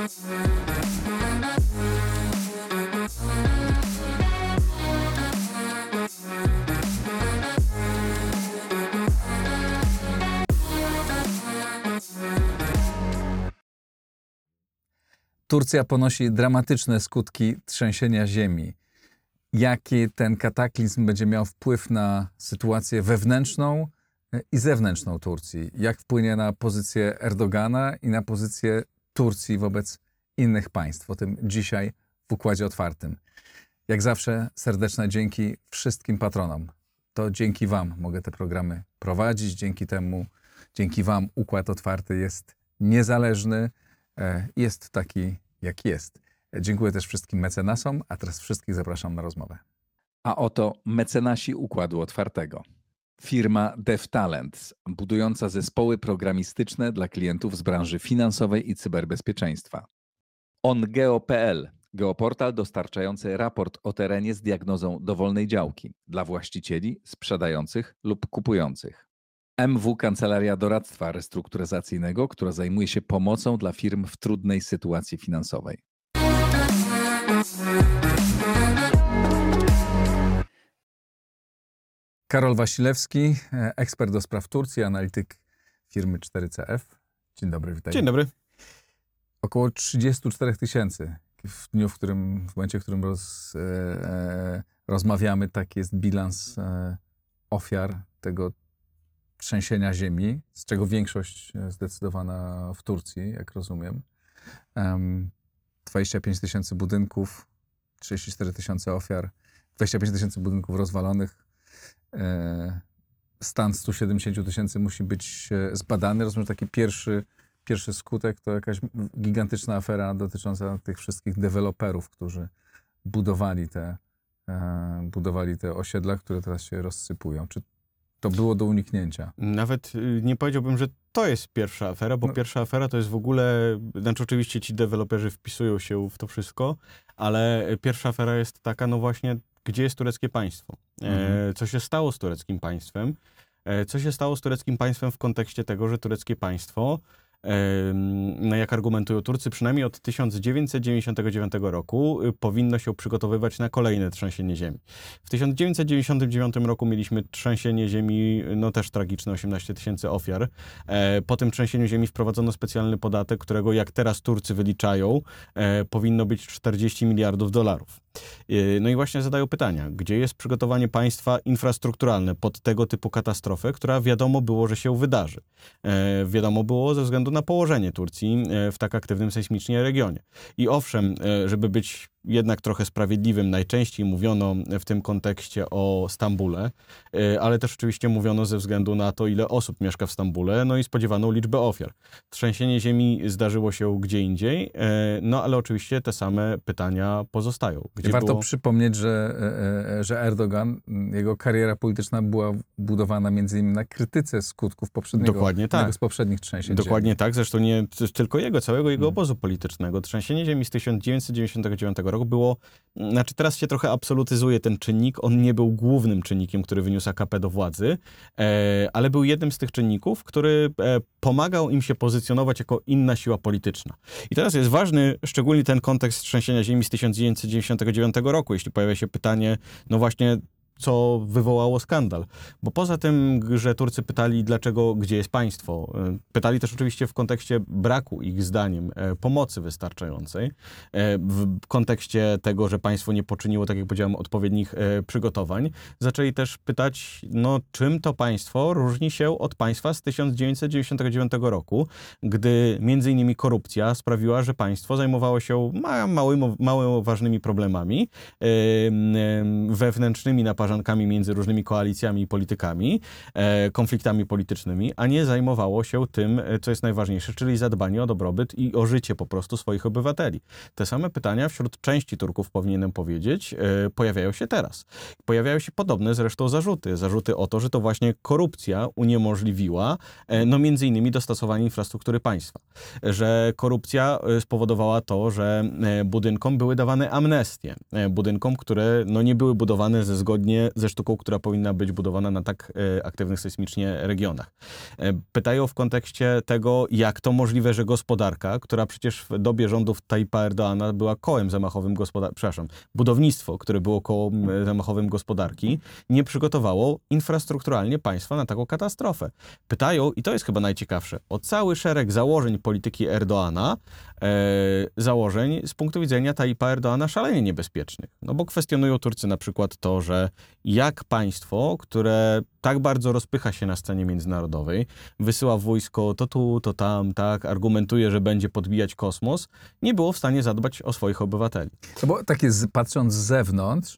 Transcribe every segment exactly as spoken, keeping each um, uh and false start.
Turcja ponosi dramatyczne skutki trzęsienia ziemi. Jaki ten kataklizm będzie miał wpływ na sytuację wewnętrzną i zewnętrzną Turcji? Jak wpłynie na pozycję Erdogana i na pozycję Turcji wobec innych państw? O tym dzisiaj w Układzie Otwartym. Jak zawsze serdeczne dzięki wszystkim patronom. To dzięki wam mogę te programy prowadzić. Dzięki temu, dzięki wam Układ Otwarty jest niezależny. Jest taki, jak jest. Dziękuję też wszystkim mecenasom, a teraz wszystkich zapraszam na rozmowę. A oto mecenasi Układu Otwartego. Firma DevTalent, budująca zespoły programistyczne dla klientów z branży finansowej i cyberbezpieczeństwa. OnGeo kropka p l, geoportal dostarczający raport o terenie z diagnozą dowolnej działki dla właścicieli, sprzedających lub kupujących. M W Kancelaria Doradztwa Restrukturyzacyjnego, która zajmuje się pomocą dla firm w trudnej sytuacji finansowej. Karol Wasilewski, ekspert do spraw Turcji, analityk firmy cztery C F. Dzień dobry, witaj. Dzień dobry. Około trzydzieści cztery tysięcy w dniu, w którym, w momencie, w którym roz, e, rozmawiamy, taki jest bilans e, ofiar tego trzęsienia ziemi, z czego większość zdecydowana w Turcji, jak rozumiem. Um, dwadzieścia pięć tysięcy budynków, trzydzieści cztery tysiące ofiar, dwadzieścia pięć tysięcy budynków rozwalonych. E, stan stu siedemdziesięciu tysięcy musi być zbadany. Rozumiem, że taki pierwszy, pierwszy skutek to jakaś gigantyczna afera dotycząca tych wszystkich deweloperów, którzy budowali te, e, budowali te osiedla, które teraz się rozsypują. Czy to było do uniknięcia? Nawet nie powiedziałbym, że to jest pierwsza afera, bo no. pierwsza afera to jest w ogóle, znaczy oczywiście ci deweloperzy wpisują się w to wszystko, ale pierwsza afera jest taka, no właśnie, gdzie jest tureckie państwo? Mhm. E, co się stało z tureckim państwem? E, co się stało z tureckim państwem w kontekście tego, że tureckie państwo, no jak argumentują Turcy, przynajmniej od tysiąc dziewięćset dziewięćdziesiątego dziewiątego roku powinno się przygotowywać na kolejne trzęsienie ziemi. W tysiąc dziewięćset dziewięćdziesiątym dziewiątym roku mieliśmy trzęsienie ziemi, no też tragiczne, osiemnaście tysięcy ofiar. Po tym trzęsieniu ziemi wprowadzono specjalny podatek, którego jak teraz Turcy wyliczają, powinno być czterdzieści miliardów dolarów. No i właśnie zadają pytania, gdzie jest przygotowanie państwa infrastrukturalne pod tego typu katastrofę, która wiadomo było, że się wydarzy. E, wiadomo było ze względu na położenie Turcji w tak aktywnym sejsmicznie regionie. I owszem, żeby być jednak trochę sprawiedliwym, najczęściej mówiono w tym kontekście o Stambule, ale też oczywiście mówiono ze względu na to, ile osób mieszka w Stambule, no i spodziewaną liczbę ofiar. Trzęsienie ziemi zdarzyło się gdzie indziej, no ale oczywiście te same pytania pozostają. Gdzie Warto było... przypomnieć, że, że Erdogan, jego kariera polityczna była budowana między innymi na krytyce skutków poprzedniego, Dokładnie tak. z poprzednich trzęsień Dokładnie ziemi. tak, zresztą nie tylko jego, całego jego obozu politycznego. Trzęsienie ziemi z tysiąc dziewięćset dziewięćdziesiątego dziewiątego roku było, znaczy teraz się trochę absolutyzuje ten czynnik, on nie był głównym czynnikiem, który wyniósł A K P do władzy, e, ale był jednym z tych czynników, który e, pomagał im się pozycjonować jako inna siła polityczna. I teraz jest ważny szczególnie ten kontekst trzęsienia ziemi z tysiąc dziewięćset dziewięćdziesiątego dziewiątego roku, jeśli pojawia się pytanie, no właśnie, co wywołało skandal. Bo poza tym, że Turcy pytali, dlaczego, gdzie jest państwo, pytali też oczywiście w kontekście braku, ich zdaniem, pomocy wystarczającej, w kontekście tego, że państwo nie poczyniło, tak jak powiedziałem, odpowiednich przygotowań, zaczęli też pytać, no czym to państwo różni się od państwa z tysiąc dziewięćset dziewięćdziesiątego dziewiątego roku, gdy między innymi korupcja sprawiła, że państwo zajmowało się małymi, mało ważnymi problemami wewnętrznymi na między różnymi koalicjami i politykami, e, konfliktami politycznymi, a nie zajmowało się tym, co jest najważniejsze, czyli zadbanie o dobrobyt i o życie po prostu swoich obywateli. Te same pytania wśród części Turków, powinienem powiedzieć, e, pojawiają się teraz. Pojawiają się podobne zresztą zarzuty. Zarzuty o to, że to właśnie korupcja uniemożliwiła, e, no między innymi dostosowanie infrastruktury państwa. Że korupcja spowodowała to, że budynkom były dawane amnestie. Budynkom, które no nie były budowane ze zgodnie zgodnie ze sztuką, która powinna być budowana na tak e, aktywnych sejsmicznie regionach. E, pytają w kontekście tego, jak to możliwe, że gospodarka, która przecież w dobie rządów Tayyipa Erdoğana była kołem zamachowym gospodarki, przepraszam, budownictwo, które było kołem e, zamachowym gospodarki, nie przygotowało infrastrukturalnie państwa na taką katastrofę. Pytają, i to jest chyba najciekawsze, o cały szereg założeń polityki Erdoğana, e, założeń z punktu widzenia Tayyipa Erdoğana szalenie niebezpiecznych. No bo kwestionują Turcy na przykład to, że jak państwo, które tak bardzo rozpycha się na scenie międzynarodowej, wysyła wojsko to tu, to tam, tak, argumentuje, że będzie podbijać kosmos, nie było w stanie zadbać o swoich obywateli. No bo tak jest, patrząc z zewnątrz,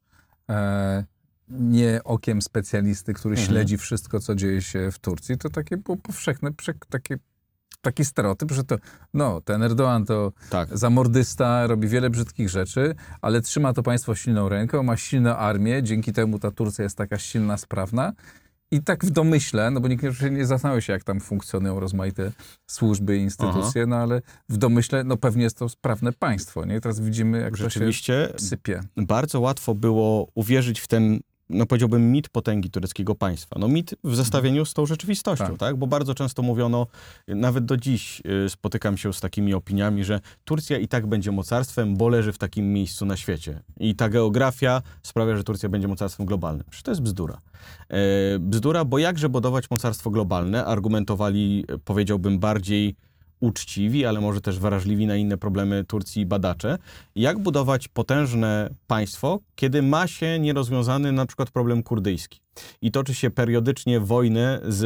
e, nie okiem specjalisty, który Mhm. śledzi wszystko, co dzieje się w Turcji, to takie było powszechne, przek- takie, taki stereotyp, że to, no, ten Erdoğan to Tak. zamordysta, robi wiele brzydkich rzeczy, ale trzyma to państwo silną ręką, ma silną armię, dzięki temu ta Turcja jest taka silna, sprawna. I tak w domyśle, no bo nikt nie- nie zastanawia się, jak tam funkcjonują rozmaite służby i instytucje, no ale w domyśle, no pewnie jest to sprawne państwo, nie? Teraz widzimy, jak Rzeczywiście to się sypie. bardzo łatwo było uwierzyć w ten, no powiedziałbym, mit potęgi tureckiego państwa. No mit w zestawieniu z tą rzeczywistością, Tak. tak? Bo bardzo często mówiono, nawet do dziś y, spotykam się z takimi opiniami, że Turcja i tak będzie mocarstwem, bo leży w takim miejscu na świecie. I ta geografia sprawia, że Turcja będzie mocarstwem globalnym. Przecież to jest bzdura. E, bzdura, bo jakże budować mocarstwo globalne? Argumentowali, e, powiedziałbym, bardziej uczciwi, ale może też wrażliwi na inne problemy Turcji badacze. Jak budować potężne państwo, kiedy ma się nierozwiązany na przykład problem kurdyjski i toczy się periodycznie wojnę z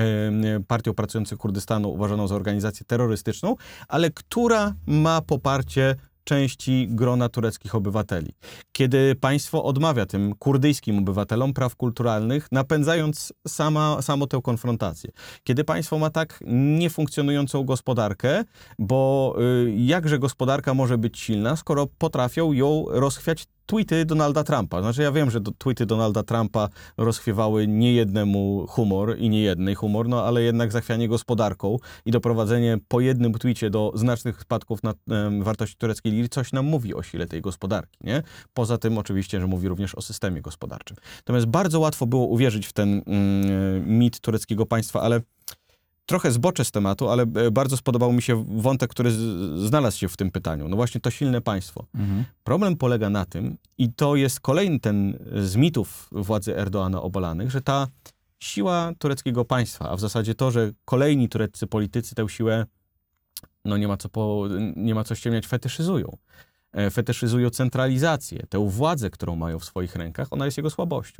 e, Partią Pracujących Kurdystanu, uważaną za organizację terrorystyczną, ale która ma poparcie części grona tureckich obywateli. Kiedy państwo odmawia tym kurdyjskim obywatelom praw kulturalnych, napędzając sama, samo tę konfrontację. Kiedy państwo ma tak niefunkcjonującą gospodarkę, bo y, jakże gospodarka może być silna, skoro potrafią ją rozchwiać tweety Donalda Trumpa. Znaczy ja wiem, że do, tweety Donalda Trumpa rozchwiewały niejednemu humor i niejednej humor, no ale jednak zachwianie gospodarką i doprowadzenie po jednym tweetie do znacznych spadków na em, wartości tureckiej liry coś nam mówi o sile tej gospodarki, nie? Poza tym oczywiście, że mówi również o systemie gospodarczym. Natomiast bardzo łatwo było uwierzyć w ten mm, mit tureckiego państwa, ale trochę zboczę z tematu, ale e, bardzo spodobał mi się wątek, który z, znalazł się w tym pytaniu. No właśnie to silne państwo. Mhm. Problem polega na tym, i to jest kolejny ten z mitów władzy Erdoğana obalanych, że ta siła tureckiego państwa, a w zasadzie to, że kolejni tureccy politycy tę siłę, no nie ma co, po, nie ma co ściemniać, fetyszyzują. E, Fetyszyzują centralizację, tę władzę, którą mają w swoich rękach, ona jest jego słabością.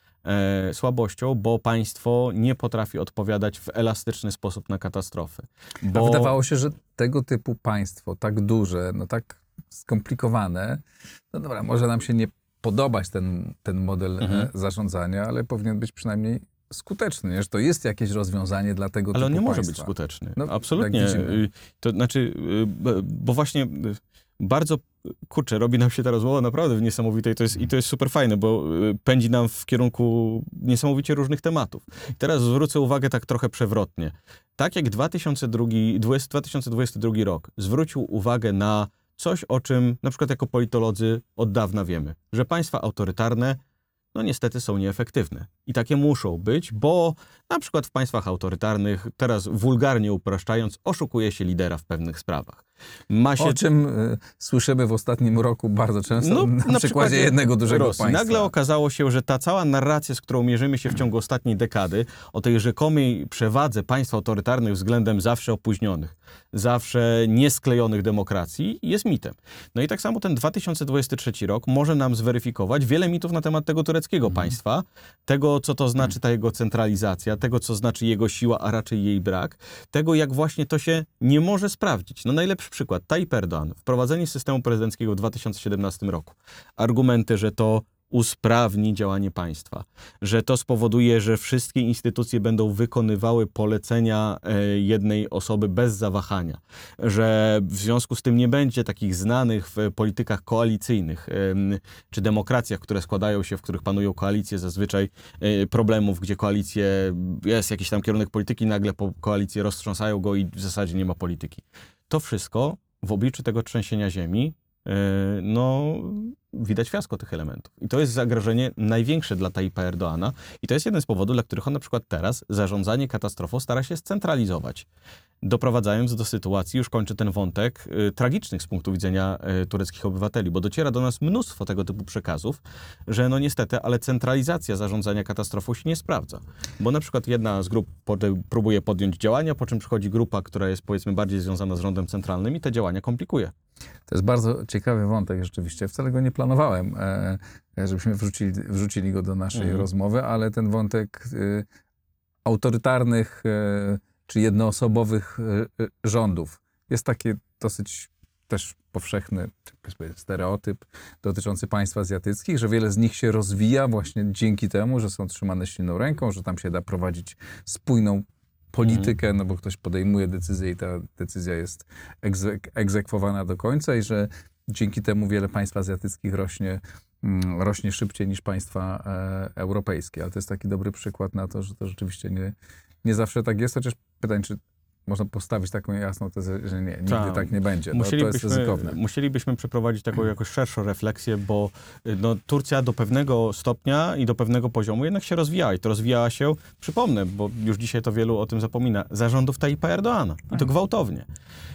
E, słabością, bo państwo nie potrafi odpowiadać w elastyczny sposób na katastrofy. A Bo... wydawało się, że tego typu państwo, tak duże, no tak skomplikowane, no dobra, może nam się nie podobać ten, ten model Mhm. e, zarządzania, ale powinien być przynajmniej skuteczny, nie? Że to jest jakieś rozwiązanie dla tego Ale on typu nie może państwa. być skuteczny. No, Absolutnie. jak widzimy. Y, To znaczy, y, b- bo właśnie y, bardzo, kurczę, robi nam się ta rozmowa naprawdę w niesamowitej, to jest, i to jest super fajne, bo y, pędzi nam w kierunku niesamowicie różnych tematów. I teraz zwrócę uwagę tak trochę przewrotnie. Tak jak dwa tysiące drugi, dwa tysiące dwudziesty drugi rok zwrócił uwagę na coś, o czym na przykład jako politolodzy od dawna wiemy, że państwa autorytarne no niestety są nieefektywne. I takie muszą być, bo na przykład w państwach autorytarnych, teraz wulgarnie upraszczając, oszukuje się lidera w pewnych sprawach. Ma się... O czym y, słyszymy w ostatnim roku bardzo często, No, na, na przykładzie przykładzie jednego dużego Rosji. państwa. Nagle okazało się, że ta cała narracja, z którą mierzymy się w ciągu ostatniej dekady, o tej rzekomej przewadze państw autorytarnych względem zawsze opóźnionych, zawsze niesklejonych demokracji, jest mitem. No i tak samo ten dwa tysiące dwudziesty trzeci rok może nam zweryfikować wiele mitów na temat tego tureckiego Mhm. państwa, tego, co to znaczy ta jego centralizacja, tego, co znaczy jego siła, a raczej jej brak, tego, jak właśnie to się nie może sprawdzić. No najlepszy przykład, Tayyip Erdoğan, wprowadzenie systemu prezydenckiego w dwa tysiące siedemnastym roku. Argumenty, że to usprawni działanie państwa, że to spowoduje, że wszystkie instytucje będą wykonywały polecenia e, jednej osoby bez zawahania, że w związku z tym nie będzie takich znanych w politykach koalicyjnych em, czy demokracjach, które składają się, w których panują koalicje, zazwyczaj e, problemów, gdzie koalicje, jest jakiś tam kierunek polityki, nagle po koalicje roztrząsają go i w zasadzie nie ma polityki. To wszystko w obliczu tego trzęsienia ziemi no widać fiasko tych elementów. I to jest zagrożenie największe dla Tayyipa Erdoğana i to jest jeden z powodów, dla których on na przykład teraz zarządzanie katastrofą stara się scentralizować, doprowadzając do sytuacji, już kończę ten wątek, y, tragicznych z punktu widzenia y, tureckich obywateli, bo dociera do nas mnóstwo tego typu przekazów, że no niestety, ale centralizacja zarządzania katastrofą się nie sprawdza. Bo na przykład jedna z grup pod, próbuje podjąć działania, po czym przychodzi grupa, która jest powiedzmy bardziej związana z rządem centralnym i te działania komplikuje. To jest bardzo ciekawy wątek rzeczywiście. Wcale go nie planowałem, e, żebyśmy wrzucili, wrzucili go do naszej Mhm. rozmowy, ale ten wątek e, autorytarnych e, czy jednoosobowych e, rządów jest taki dosyć też powszechny stereotyp dotyczący państw azjatyckich, że wiele z nich się rozwija właśnie dzięki temu, że są trzymane silną ręką, że tam się da prowadzić spójną politykę, no bo ktoś podejmuje decyzję i ta decyzja jest egzek- egzekwowana do końca i że dzięki temu wiele państw azjatyckich rośnie, mm, rośnie szybciej niż państwa e, europejskie. Ale to jest taki dobry przykład na to, że to rzeczywiście nie, nie zawsze tak jest, chociaż pytań, czy można postawić taką jasną tezę, że nie, nigdy Ta. tak nie będzie. No, to jest ryzykowne. Musielibyśmy przeprowadzić taką jakoś szerszą refleksję, bo no, Turcja do pewnego stopnia i do pewnego poziomu jednak się rozwijała. I to rozwijała się, przypomnę, bo już dzisiaj to wielu o tym zapomina, za rządów Tayyipa Erdoğana. I to gwałtownie.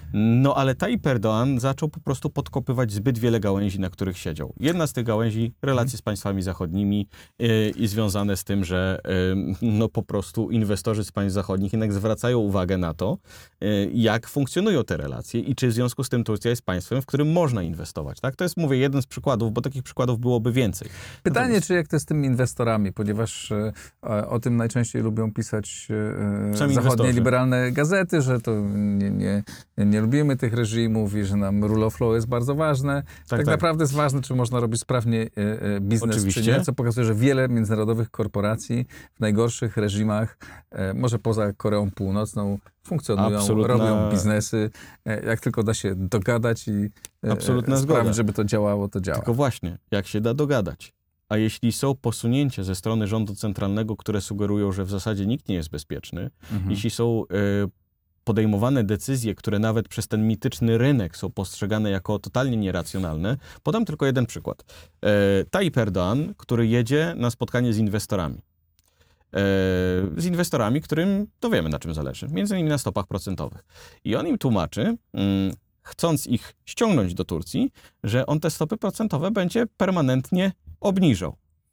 No ale Tayyip Erdoğan zaczął po prostu podkopywać zbyt wiele gałęzi, na których siedział. Jedna z tych gałęzi, relacje z państwami zachodnimi yy, i związane z tym, że yy, no po prostu inwestorzy z państw zachodnich jednak zwracają uwagę na to, yy, jak funkcjonują te relacje i czy w związku z tym Turcja jest państwem, w którym można inwestować. Tak? To jest, mówię, jeden z przykładów, bo takich przykładów byłoby więcej. Pytanie, Natomiast... czy jak to jest z tymi inwestorami, ponieważ e, o tym najczęściej lubią pisać e, zachodnie inwestorzy. liberalne gazety, że to nie, nie, nie lubimy tych reżimów i że nam rule of law jest bardzo ważne. Tak, tak, tak. naprawdę jest ważne, czy można robić sprawnie e, e, biznes, Oczywiście. czy nie, co pokazuje, że wiele międzynarodowych korporacji w najgorszych reżimach, e, może poza Koreą Północną, funkcjonują, Absolutna... robią biznesy, e, jak tylko da się dogadać i e, Absolutna sprawić, zgoda. żeby to działało, to działa. Tylko właśnie, jak się da dogadać. A jeśli są posunięcia ze strony rządu centralnego, które sugerują, że w zasadzie nikt nie jest bezpieczny, Mhm. jeśli są y, podejmowane decyzje, które nawet przez ten mityczny rynek są postrzegane jako totalnie nieracjonalne, podam tylko jeden przykład. E, Tayyip Erdoğan, który jedzie na spotkanie z inwestorami. E, z inwestorami, którym to wiemy, na czym zależy. Między innymi na stopach procentowych. I on im tłumaczy, mm, chcąc ich ściągnąć do Turcji, że on te stopy procentowe będzie permanentnie obniżał.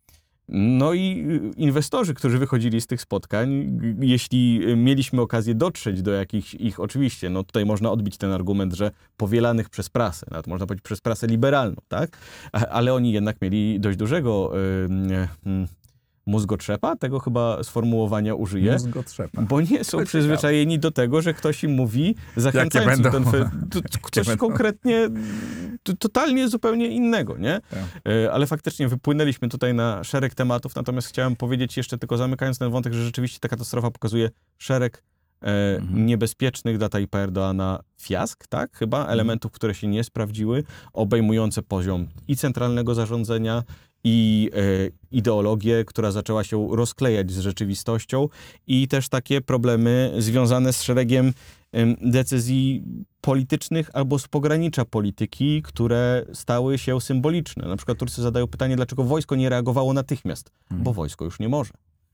No i inwestorzy, którzy wychodzili z tych spotkań, jeśli mieliśmy okazję dotrzeć do jakichś ich, oczywiście, no tutaj można odbić ten argument, że powielanych przez prasę, nawet można powiedzieć przez prasę liberalną, tak? Ale oni jednak mieli dość dużego yy, yy, mózgotrzepa, tego chyba sformułowania użyję, Mózgotrzepa. bo nie są To przyzwyczajeni do tego, że ktoś im mówi, zachęcając im ten fe, to, to coś będą? konkretnie, to, totalnie zupełnie innego, nie? Tak. E, Ale faktycznie wypłynęliśmy tutaj na szereg tematów, natomiast chciałem powiedzieć jeszcze, tylko zamykając ten wątek, że rzeczywiście ta katastrofa pokazuje szereg e, Mhm. niebezpiecznych dla Tayyipa Erdoğana fiask, tak? Chyba elementów, które się nie sprawdziły, obejmujące poziom i centralnego zarządzania, i e, ideologię, która zaczęła się rozklejać z rzeczywistością i też takie problemy związane z szeregiem em, decyzji politycznych albo z pogranicza polityki, które stały się symboliczne. Na przykład Turcy zadają pytanie, dlaczego wojsko nie reagowało natychmiast? Hmm. Bo wojsko już nie może.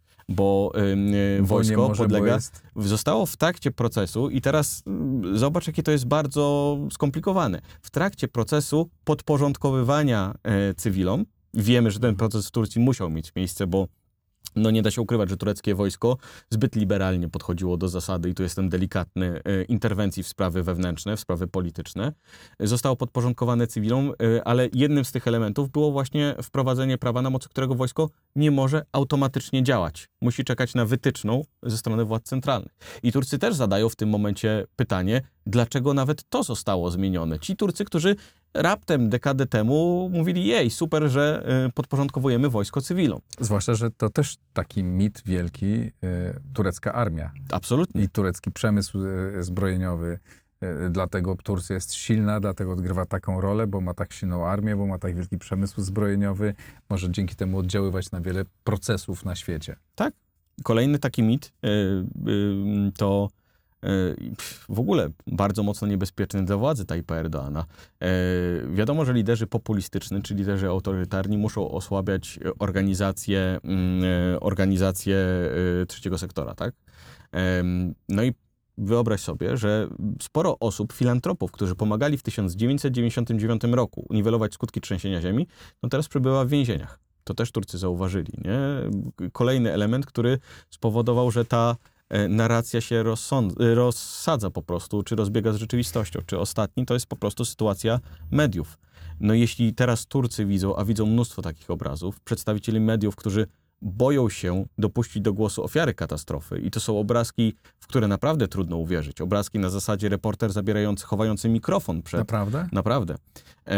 Bo em, Bo wojsko nie może, podlega... bo jest... Zostało w trakcie procesu i teraz mm, zobacz, jakie to jest bardzo skomplikowane. W trakcie procesu podporządkowywania e, cywilom, wiemy, że ten proces w Turcji musiał mieć miejsce, bo no nie da się ukrywać, że tureckie wojsko zbyt liberalnie podchodziło do zasady, i tu jestem delikatny, e, interwencji w sprawy wewnętrzne, w sprawy polityczne. Zostało podporządkowane cywilom, e, ale jednym z tych elementów było właśnie wprowadzenie prawa, na mocy którego wojsko nie może automatycznie działać. Musi czekać na wytyczną ze strony władz centralnych. I Turcy też zadają w tym momencie pytanie, dlaczego nawet to zostało zmienione. Ci Turcy, którzy raptem dekadę temu mówili, jej, super, że y, podporządkowujemy wojsko cywilom. Zwłaszcza, że to też taki mit wielki, y, turecka armia Absolutnie. i turecki przemysł y, zbrojeniowy. Y, dlatego Turcja jest silna, dlatego odgrywa taką rolę, bo ma tak silną armię, bo ma tak wielki przemysł zbrojeniowy. Może dzięki temu oddziaływać na wiele procesów na świecie. Tak. Kolejny taki mit y, y, to w ogóle bardzo mocno niebezpieczny dla władzy Tajpa Erdoğana. Wiadomo, że liderzy populistyczni, czy liderzy autorytarni muszą osłabiać organizację, organizację trzeciego sektora, tak? No i wyobraź sobie, że sporo osób, filantropów, którzy pomagali w tysiąc dziewięćset dziewięćdziesiątym dziewiątym roku niwelować skutki trzęsienia ziemi, no teraz przebywa w więzieniach. To też Turcy zauważyli, nie? Kolejny element, który spowodował, że ta narracja się rozsadza po prostu, czy rozbiega z rzeczywistością, czy ostatni, to jest po prostu sytuacja mediów. No jeśli teraz Turcy widzą, a widzą mnóstwo takich obrazów, przedstawicieli mediów, którzy boją się dopuścić do głosu ofiary katastrofy i to są obrazki, w które naprawdę trudno uwierzyć. Obrazki na zasadzie reporter zabierający, chowający mikrofon przed... Naprawdę? Naprawdę. E,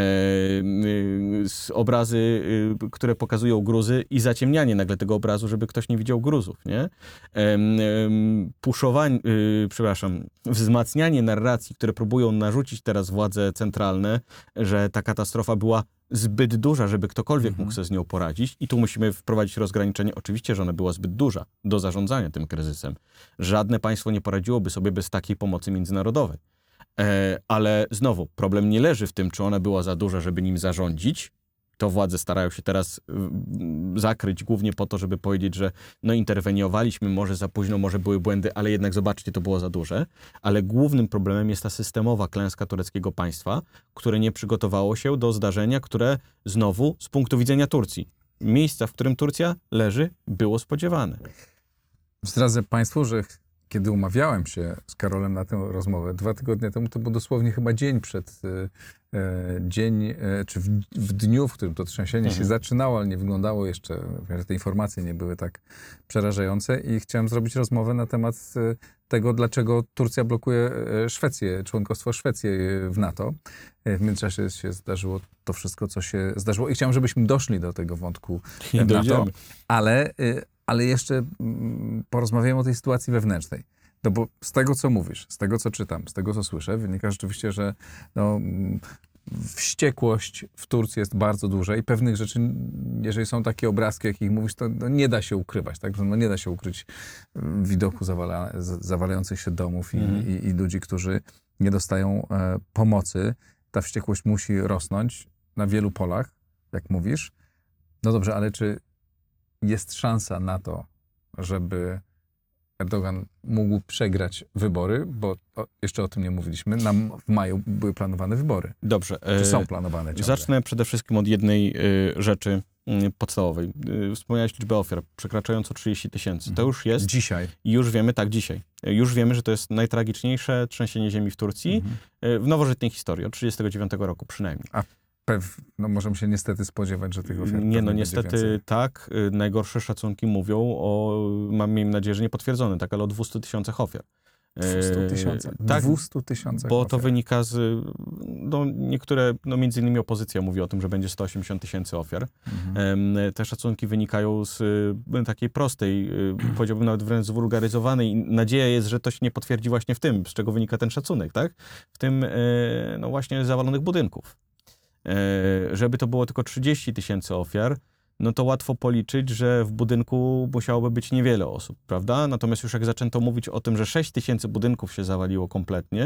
y, obrazy, y, które pokazują gruzy i zaciemnianie nagle tego obrazu, żeby ktoś nie widział gruzów, nie? E, y, puszowanie, y, przepraszam, wzmacnianie narracji, które próbują narzucić teraz władze centralne, że ta katastrofa była zbyt duża, żeby ktokolwiek mhm. mógł sobie z nią poradzić. I tu musimy wprowadzić rozgraniczenie. Oczywiście, że ona była zbyt duża do zarządzania tym kryzysem. Żadne państwo nie poradziłoby sobie bez takiej pomocy międzynarodowej. E, ale znowu, problem nie leży w tym, czy ona była za duża, żeby nim zarządzić. To władze starają się teraz y, zakryć głównie po to, żeby powiedzieć, że no interweniowaliśmy, może za późno, może były błędy, ale jednak zobaczcie, to było za duże. Ale głównym problemem jest ta systemowa klęska tureckiego państwa, które nie przygotowało się do zdarzenia, które znowu z punktu widzenia Turcji, miejsca, w którym Turcja leży, było spodziewane. Zdradzę Państwu, że kiedy umawiałem się z Karolem na tę rozmowę dwa tygodnie temu, to był dosłownie chyba dzień przed, e, dzień, e, czy w, w dniu, w którym to trzęsienie mhm. się zaczynało, ale nie wyglądało jeszcze, że te informacje nie były tak przerażające i chciałem zrobić rozmowę na temat e, tego, dlaczego Turcja blokuje e, Szwecję, członkostwo Szwecji w NATO. E, w międzyczasie się zdarzyło to wszystko, co się zdarzyło i chciałem, żebyśmy doszli do tego wątku I NATO, dojdziemy. ale... E, Ale jeszcze mm, porozmawiamy o tej sytuacji wewnętrznej. No bo z tego, co mówisz, z tego, co czytam, z tego, co słyszę, wynika rzeczywiście, że no, wściekłość w Turcji jest bardzo duża i pewnych rzeczy, jeżeli są takie obrazki, jakich mówisz, to no, nie da się ukrywać. Tak? No, nie da się ukryć widoku zawala, zawalających się domów i, mm. i, i ludzi, którzy nie dostają e, pomocy. Ta wściekłość musi rosnąć na wielu polach, jak mówisz. No dobrze, ale czy jest szansa na to, żeby Erdogan mógł przegrać wybory, bo o, jeszcze o tym nie mówiliśmy. Na, w maju były planowane wybory. Dobrze. Czy są planowane ciągle? Zacznę przede wszystkim od jednej y, rzeczy y, podstawowej. Y, wspomniałeś liczbę ofiar przekraczającą trzydzieści tysięcy. To już jest. Dzisiaj. I już wiemy, tak, dzisiaj. Już wiemy, że to jest najtragiczniejsze trzęsienie ziemi w Turcji mhm. y, w nowożytnej historii, od trzydziestego dziewiątego roku przynajmniej. A Pew, no możemy się niestety spodziewać, że tych ofiar Nie, no niestety tak. Najgorsze szacunki mówią o, mam miejmy nadzieję, że nie potwierdzone, tak, ale o dwustu tysiącach ofiar. dwieście tysięcy. Tak, dwieście tysięcy. Bo to wynika z, no niektóre, no między innymi opozycja mówi o tym, że będzie sto osiemdziesiąt tysięcy ofiar. Mhm. Te szacunki wynikają z takiej prostej, powiedziałbym nawet wręcz zwulgaryzowanej. Nadzieja jest, że to się nie potwierdzi właśnie w tym, z czego wynika ten szacunek, tak? W tym, no właśnie zawalonych budynków. Żeby to było tylko trzydzieści tysięcy ofiar, no to łatwo policzyć, że w budynku musiałoby być niewiele osób, prawda? Natomiast już jak zaczęto mówić o tym, że sześć tysięcy budynków się zawaliło kompletnie,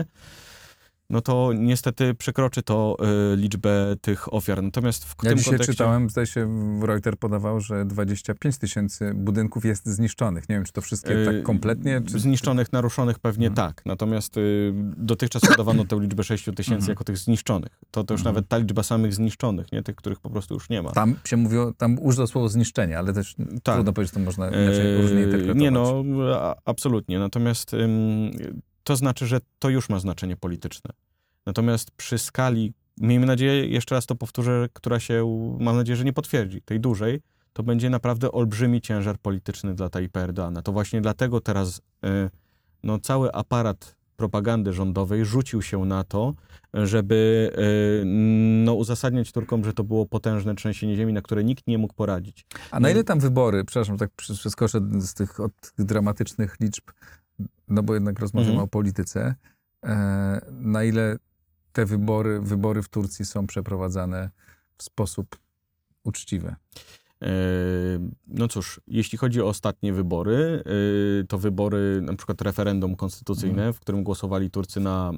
no to niestety przekroczy to y, liczbę tych ofiar. Natomiast w ja tym dzisiaj kontekście... czytałem, zdaje się, Reuters podawał, że dwadzieścia pięć tysięcy budynków jest zniszczonych. Nie wiem, czy to wszystkie tak kompletnie? Czy... Zniszczonych, naruszonych pewnie mhm. tak. Natomiast y, dotychczas podawano tę liczbę sześć tysięcy mhm. jako tych zniszczonych. To, to już mhm. nawet ta liczba samych zniszczonych, nie tych, których po prostu już nie ma. Tam się mówiło, tam użyto słowo zniszczenie, ale też tak. trudno powiedzieć, że to można inaczej, różnie interpretować. Nie no, a, absolutnie. Natomiast ym, to znaczy, że to już ma znaczenie polityczne. Natomiast przy skali, miejmy nadzieję, jeszcze raz to powtórzę, która się, mam nadzieję, że nie potwierdzi, tej dużej, to będzie naprawdę olbrzymi ciężar polityczny dla Tajpa Erdoğana. To właśnie dlatego teraz y, no, cały aparat propagandy rządowej rzucił się na to, żeby y, no, uzasadniać Turkom, że to było potężne trzęsienie ziemi, na które nikt nie mógł poradzić. A na ile tam wybory, przepraszam, tak przeskoczę z tych od tych dramatycznych liczb, no bo jednak rozmawiamy mhm. o polityce, y, na ile te wybory, wybory w Turcji są przeprowadzane w sposób uczciwy? No cóż, jeśli chodzi o ostatnie wybory, to wybory, na przykład referendum konstytucyjne, mm. w którym głosowali Turcy na,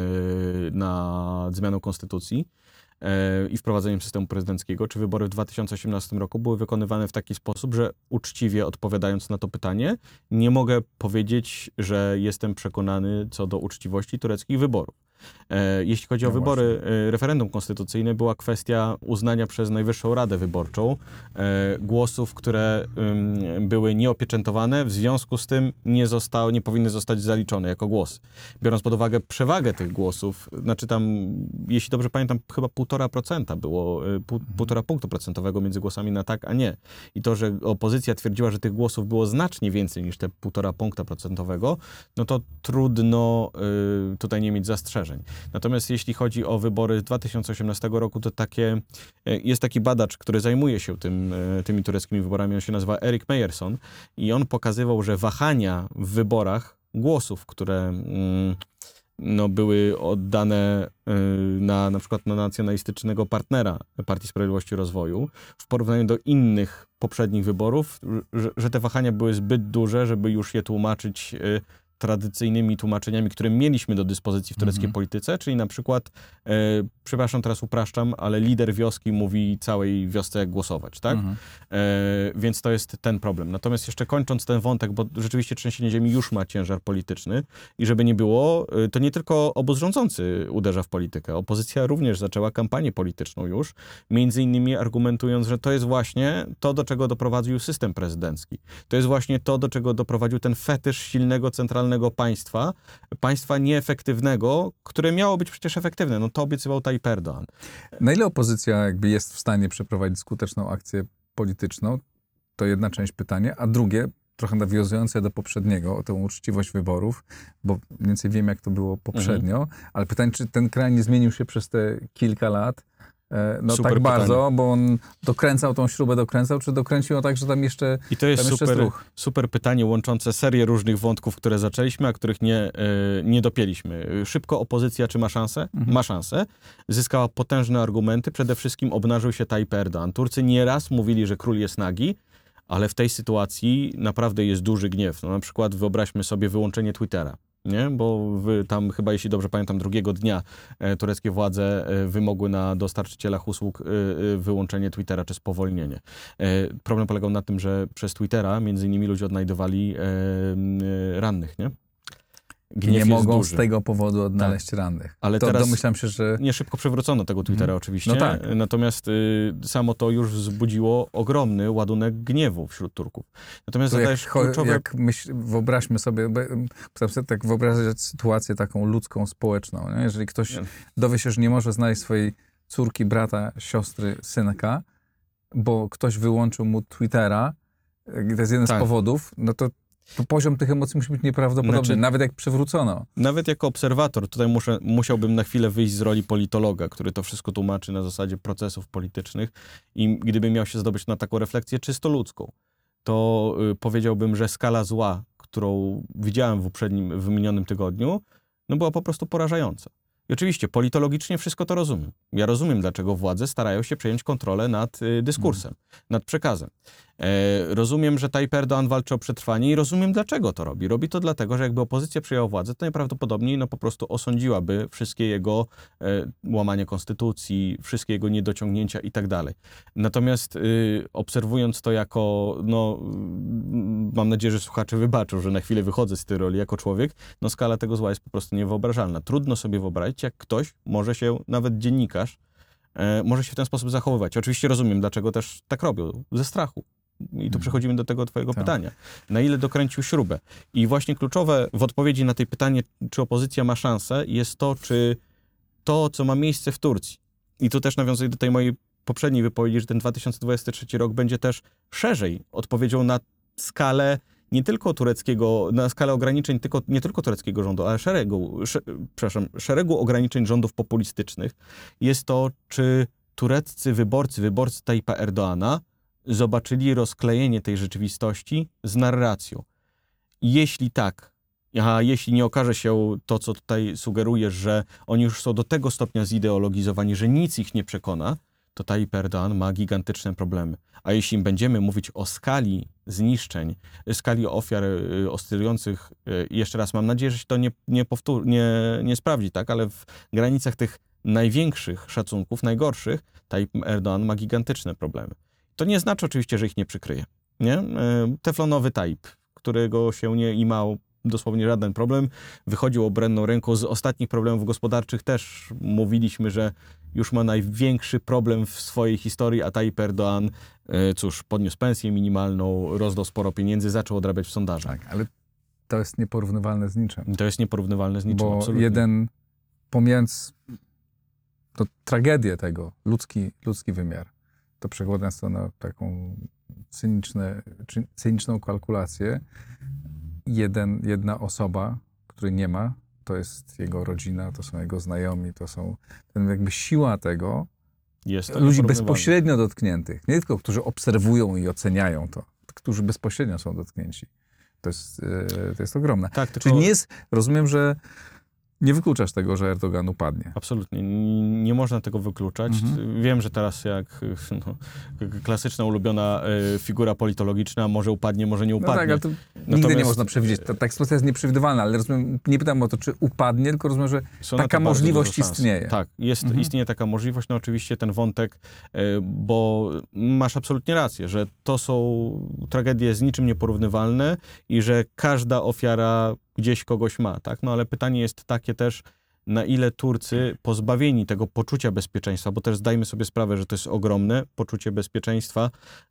na zmianę konstytucji i wprowadzeniem systemu prezydenckiego, czy wybory w dwa tysiące osiemnastym roku były wykonywane w taki sposób, że uczciwie odpowiadając na to pytanie, nie mogę powiedzieć, że jestem przekonany co do uczciwości tureckich wyborów. Jeśli chodzi o no wybory, właśnie. Referendum konstytucyjne była kwestia uznania przez Najwyższą Radę Wyborczą głosów, które były nieopieczętowane, w związku z tym nie zostały, nie powinny zostać zaliczone jako głosy. Biorąc pod uwagę przewagę tych głosów, znaczy tam, jeśli dobrze pamiętam, chyba półtora procenta było, pół, półtora punktu procentowego między głosami na tak, a nie. I to, że opozycja twierdziła, że tych głosów było znacznie więcej niż te półtora punkta procentowego, no to trudno y, tutaj nie mieć zastrzeżeń. Natomiast jeśli chodzi o wybory z dwa tysiące osiemnastego roku, to takie, jest taki badacz, który zajmuje się tym, tymi tureckimi wyborami, on się nazywa Erik Meyerson i on pokazywał, że wahania w wyborach głosów, które no, były oddane na, na przykład na nacjonalistycznego partnera Partii Sprawiedliwości i Rozwoju, w porównaniu do innych poprzednich wyborów, że, że te wahania były zbyt duże, żeby już je tłumaczyć tradycyjnymi tłumaczeniami, które mieliśmy do dyspozycji w tureckiej mm-hmm. polityce, czyli na przykład, e, przepraszam, teraz upraszczam, ale lider wioski mówi całej wiosce, jak głosować, tak? Mm-hmm. E, więc to jest ten problem. Natomiast jeszcze kończąc ten wątek, bo rzeczywiście trzęsienie ziemi już ma ciężar polityczny i żeby nie było, to nie tylko obóz rządzący uderza w politykę. Opozycja również zaczęła kampanię polityczną już, między innymi argumentując, że to jest właśnie to, do czego doprowadził system prezydencki. To jest właśnie to, do czego doprowadził ten fetysz silnego, centralnego państwa, państwa nieefektywnego, które miało być przecież efektywne. No to obiecywał Tayyip Erdoğan. Na ile opozycja jakby jest w stanie przeprowadzić skuteczną akcję polityczną? To jedna część pytania, a drugie, trochę nawiązujące do poprzedniego, o tę uczciwość wyborów, bo mniej więcej wiem, jak to było poprzednio, mhm. ale pytanie, czy ten kraj nie zmienił się przez te kilka lat? No super tak pytanie. Bardzo, bo on dokręcał tą śrubę, dokręcał, czy dokręcił tak, że tam jeszcze I to jest tam super, jeszcze super pytanie łączące serię różnych wątków, które zaczęliśmy, a których nie, nie dopięliśmy. Szybko opozycja, czy ma szansę? Mhm. Ma szansę. Zyskała potężne argumenty. Przede wszystkim obnażył się Tayyip Erdoğan. Turcy nieraz mówili, że król jest nagi, ale w tej sytuacji naprawdę jest duży gniew. No, na przykład wyobraźmy sobie wyłączenie Twittera. Nie? Bo wy tam chyba, jeśli dobrze pamiętam, drugiego dnia e, tureckie władze e, wymogły na dostarczycielach usług e, e, wyłączenie Twittera czy spowolnienie. E, problem polegał na tym, że przez Twittera między innymi ludzie odnajdowali e, e, rannych, nie? Gniew nie mogą duży. Z tego powodu odnaleźć tak. rannych. Ale to teraz domyślam się, że... Nie szybko przywrócono tego Twittera mm. oczywiście, no tak. natomiast y, samo to już wzbudziło ogromny ładunek gniewu wśród Turków. Natomiast to zadajesz jak, kluczowe... jak myśl, wyobraźmy sobie, bo, sobie tak wyobrazić sytuację taką ludzką, społeczną. Nie? Jeżeli ktoś nie. dowie się, że nie może znaleźć swojej córki, brata, siostry, synka, bo ktoś wyłączył mu Twittera, to jest jeden tak. z powodów, no to To poziom tych emocji musi być nieprawdopodobny, znaczy, nawet jak przywrócono. Nawet jako obserwator, tutaj muszę, musiałbym na chwilę wyjść z roli politologa, który to wszystko tłumaczy na zasadzie procesów politycznych i gdybym miał się zdobyć na taką refleksję czysto ludzką, to y, powiedziałbym, że skala zła, którą widziałem w uprzednim, wymienionym tygodniu, no była po prostu porażająca. I oczywiście politologicznie wszystko to rozumiem. Ja rozumiem, dlaczego władze starają się przejąć kontrolę nad y, dyskursem, mm. nad przekazem. E, rozumiem, że Tayyip Erdoğan walczy o przetrwanie i rozumiem, dlaczego to robi. Robi to dlatego, że jakby opozycja przejęła władzę, to najprawdopodobniej no, po prostu osądziłaby wszystkie jego e, łamania konstytucji, wszystkie jego niedociągnięcia i tak dalej. Natomiast y, obserwując to jako, no mam nadzieję, że słuchacze wybaczą, że na chwilę wychodzę z tej roli jako człowiek, no skala tego zła jest po prostu niewyobrażalna. Trudno sobie wyobrazić, jak ktoś może się, nawet dziennikarz, e, może się w ten sposób zachowywać. Oczywiście rozumiem, dlaczego też tak robią, ze strachu. I tu przechodzimy do tego twojego tak. pytania. Na ile dokręcił śrubę? I właśnie kluczowe w odpowiedzi na to pytanie, czy opozycja ma szansę, jest to, czy to, co ma miejsce w Turcji. I tu też nawiązuję do tej mojej poprzedniej wypowiedzi, że ten dwa tysiące dwudziesty trzeci rok będzie też szerzej odpowiedzią na skalę nie tylko tureckiego, na skalę ograniczeń tylko, nie tylko tureckiego rządu, ale szeregu, sze, przepraszam, szeregu ograniczeń rządów populistycznych. Jest to, czy tureccy wyborcy, wyborcy Tayyipa Erdoğana zobaczyli rozklejenie tej rzeczywistości z narracją. Jeśli tak, a jeśli nie okaże się to, co tutaj sugerujesz, że oni już są do tego stopnia zideologizowani, że nic ich nie przekona, to Tayyip Erdoğan ma gigantyczne problemy. A jeśli będziemy mówić o skali zniszczeń, skali ofiar y, oscylujących, y, jeszcze raz mam nadzieję, że się to nie, nie, powtór- nie, nie sprawdzi, tak? Ale w granicach tych największych szacunków, najgorszych, Tayyip Erdoğan ma gigantyczne problemy. To nie znaczy oczywiście, że ich nie przykryje. Nie? Y, teflonowy Tayyip, którego się nie imał dosłownie żaden problem, wychodził obronną ręką. Z ostatnich problemów gospodarczych też mówiliśmy, że już ma największy problem w swojej historii, a Tayyip Erdoğan, cóż, podniósł pensję minimalną, rozdał sporo pieniędzy, zaczął odrabiać w sondażach. Tak, ale to jest nieporównywalne z niczym. To jest nieporównywalne z niczym, Bo absolutnie. jeden, pomijając to tragedię tego, ludzki, ludzki wymiar, to przekładając to na taką cyniczne, czy, cyniczną kalkulację, jeden, jedna osoba, której nie ma, to jest jego rodzina, to są jego znajomi, to są ten jakby siła tego, jest to ludzi bezpośrednio dotkniętych, nie tylko którzy obserwują i oceniają to, którzy bezpośrednio są dotknięci. To jest, to jest ogromne. Tak, tylko... Czyli nie jest, rozumiem, że nie wykluczasz tego, że Erdogan upadnie. Absolutnie. Nie można tego wykluczać. Mhm. Wiem, że teraz jak no, klasyczna, ulubiona y, figura politologiczna może upadnie, może nie upadnie. No tak, ale to Natomiast... nigdy nie można przewidzieć. Ta, ta sytuacja jest nieprzewidywalna, ale rozumiem, nie pytam o to, czy upadnie, tylko rozumiem, że Są taka możliwość istnieje. Tak, jest, mhm. istnieje taka możliwość. No oczywiście ten wątek, y, bo masz absolutnie rację, że to są tragedie z niczym nieporównywalne i że każda ofiara gdzieś kogoś ma, tak? No ale pytanie jest takie też, na ile Turcy pozbawieni tego poczucia bezpieczeństwa, bo też zdajmy sobie sprawę, że to jest ogromne poczucie bezpieczeństwa.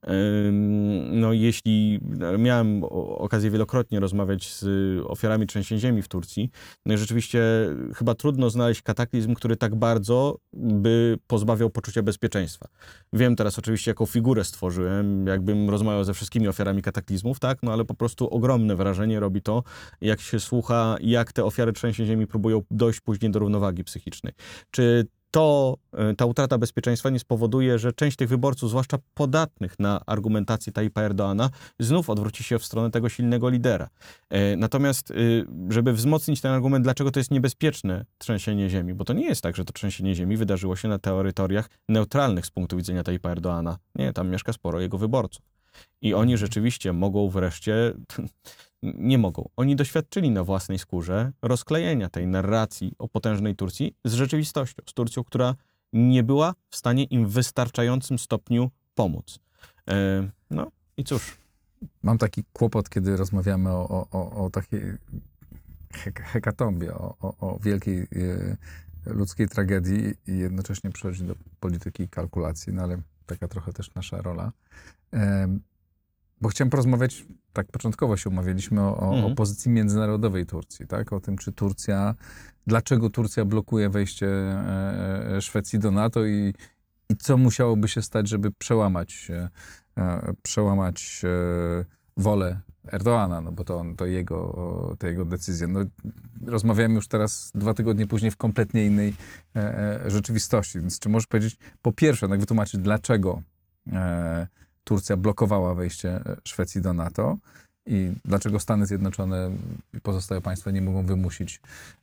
No jeśli miałem okazję wielokrotnie rozmawiać z ofiarami trzęsień ziemi w Turcji, no i rzeczywiście chyba trudno znaleźć kataklizm, który tak bardzo by pozbawiał poczucia bezpieczeństwa. Wiem teraz oczywiście, jaką figurę stworzyłem, jakbym rozmawiał ze wszystkimi ofiarami kataklizmów, tak? No ale po prostu ogromne wrażenie robi to, jak się słucha, jak te ofiary trzęsień ziemi próbują dojść później do równowagi psychicznej. Czy to, ta utrata bezpieczeństwa nie spowoduje, że część tych wyborców, zwłaszcza podatnych na argumentację Tayyipa Erdoğana, znów odwróci się w stronę tego silnego lidera. Natomiast, żeby wzmocnić ten argument, dlaczego to jest niebezpieczne trzęsienie ziemi, bo to nie jest tak, że to trzęsienie ziemi wydarzyło się na terytoriach neutralnych z punktu widzenia Tayyipa Erdoğana. Nie, tam mieszka sporo jego wyborców. I oni rzeczywiście mogą wreszcie... Nie mogą. Oni doświadczyli na własnej skórze rozklejenia tej narracji o potężnej Turcji z rzeczywistością, z Turcją, która nie była w stanie im w wystarczającym stopniu pomóc. E, no i cóż. Mam taki kłopot, kiedy rozmawiamy o, o, o, o takiej hek hekatombie, o, o, o wielkiej e, ludzkiej tragedii i jednocześnie przychodzi do polityki i kalkulacji, no ale taka trochę też nasza rola. E, Bo chciałem porozmawiać, tak początkowo się umawialiśmy o, o, mhm. o pozycji międzynarodowej Turcji, tak? O tym, czy Turcja, dlaczego Turcja blokuje wejście e, Szwecji do NATO i, i co musiałoby się stać, żeby przełamać, e, przełamać e, wolę Erdoğana, no bo to, on, to, jego, to jego decyzja. No, rozmawiamy już teraz dwa tygodnie później w kompletnie innej e, rzeczywistości, więc czy możesz powiedzieć, po pierwsze, tak wytłumaczyć, dlaczego e, Turcja blokowała wejście Szwecji do NATO i dlaczego Stany Zjednoczone i pozostałe państwa nie mogą wymusić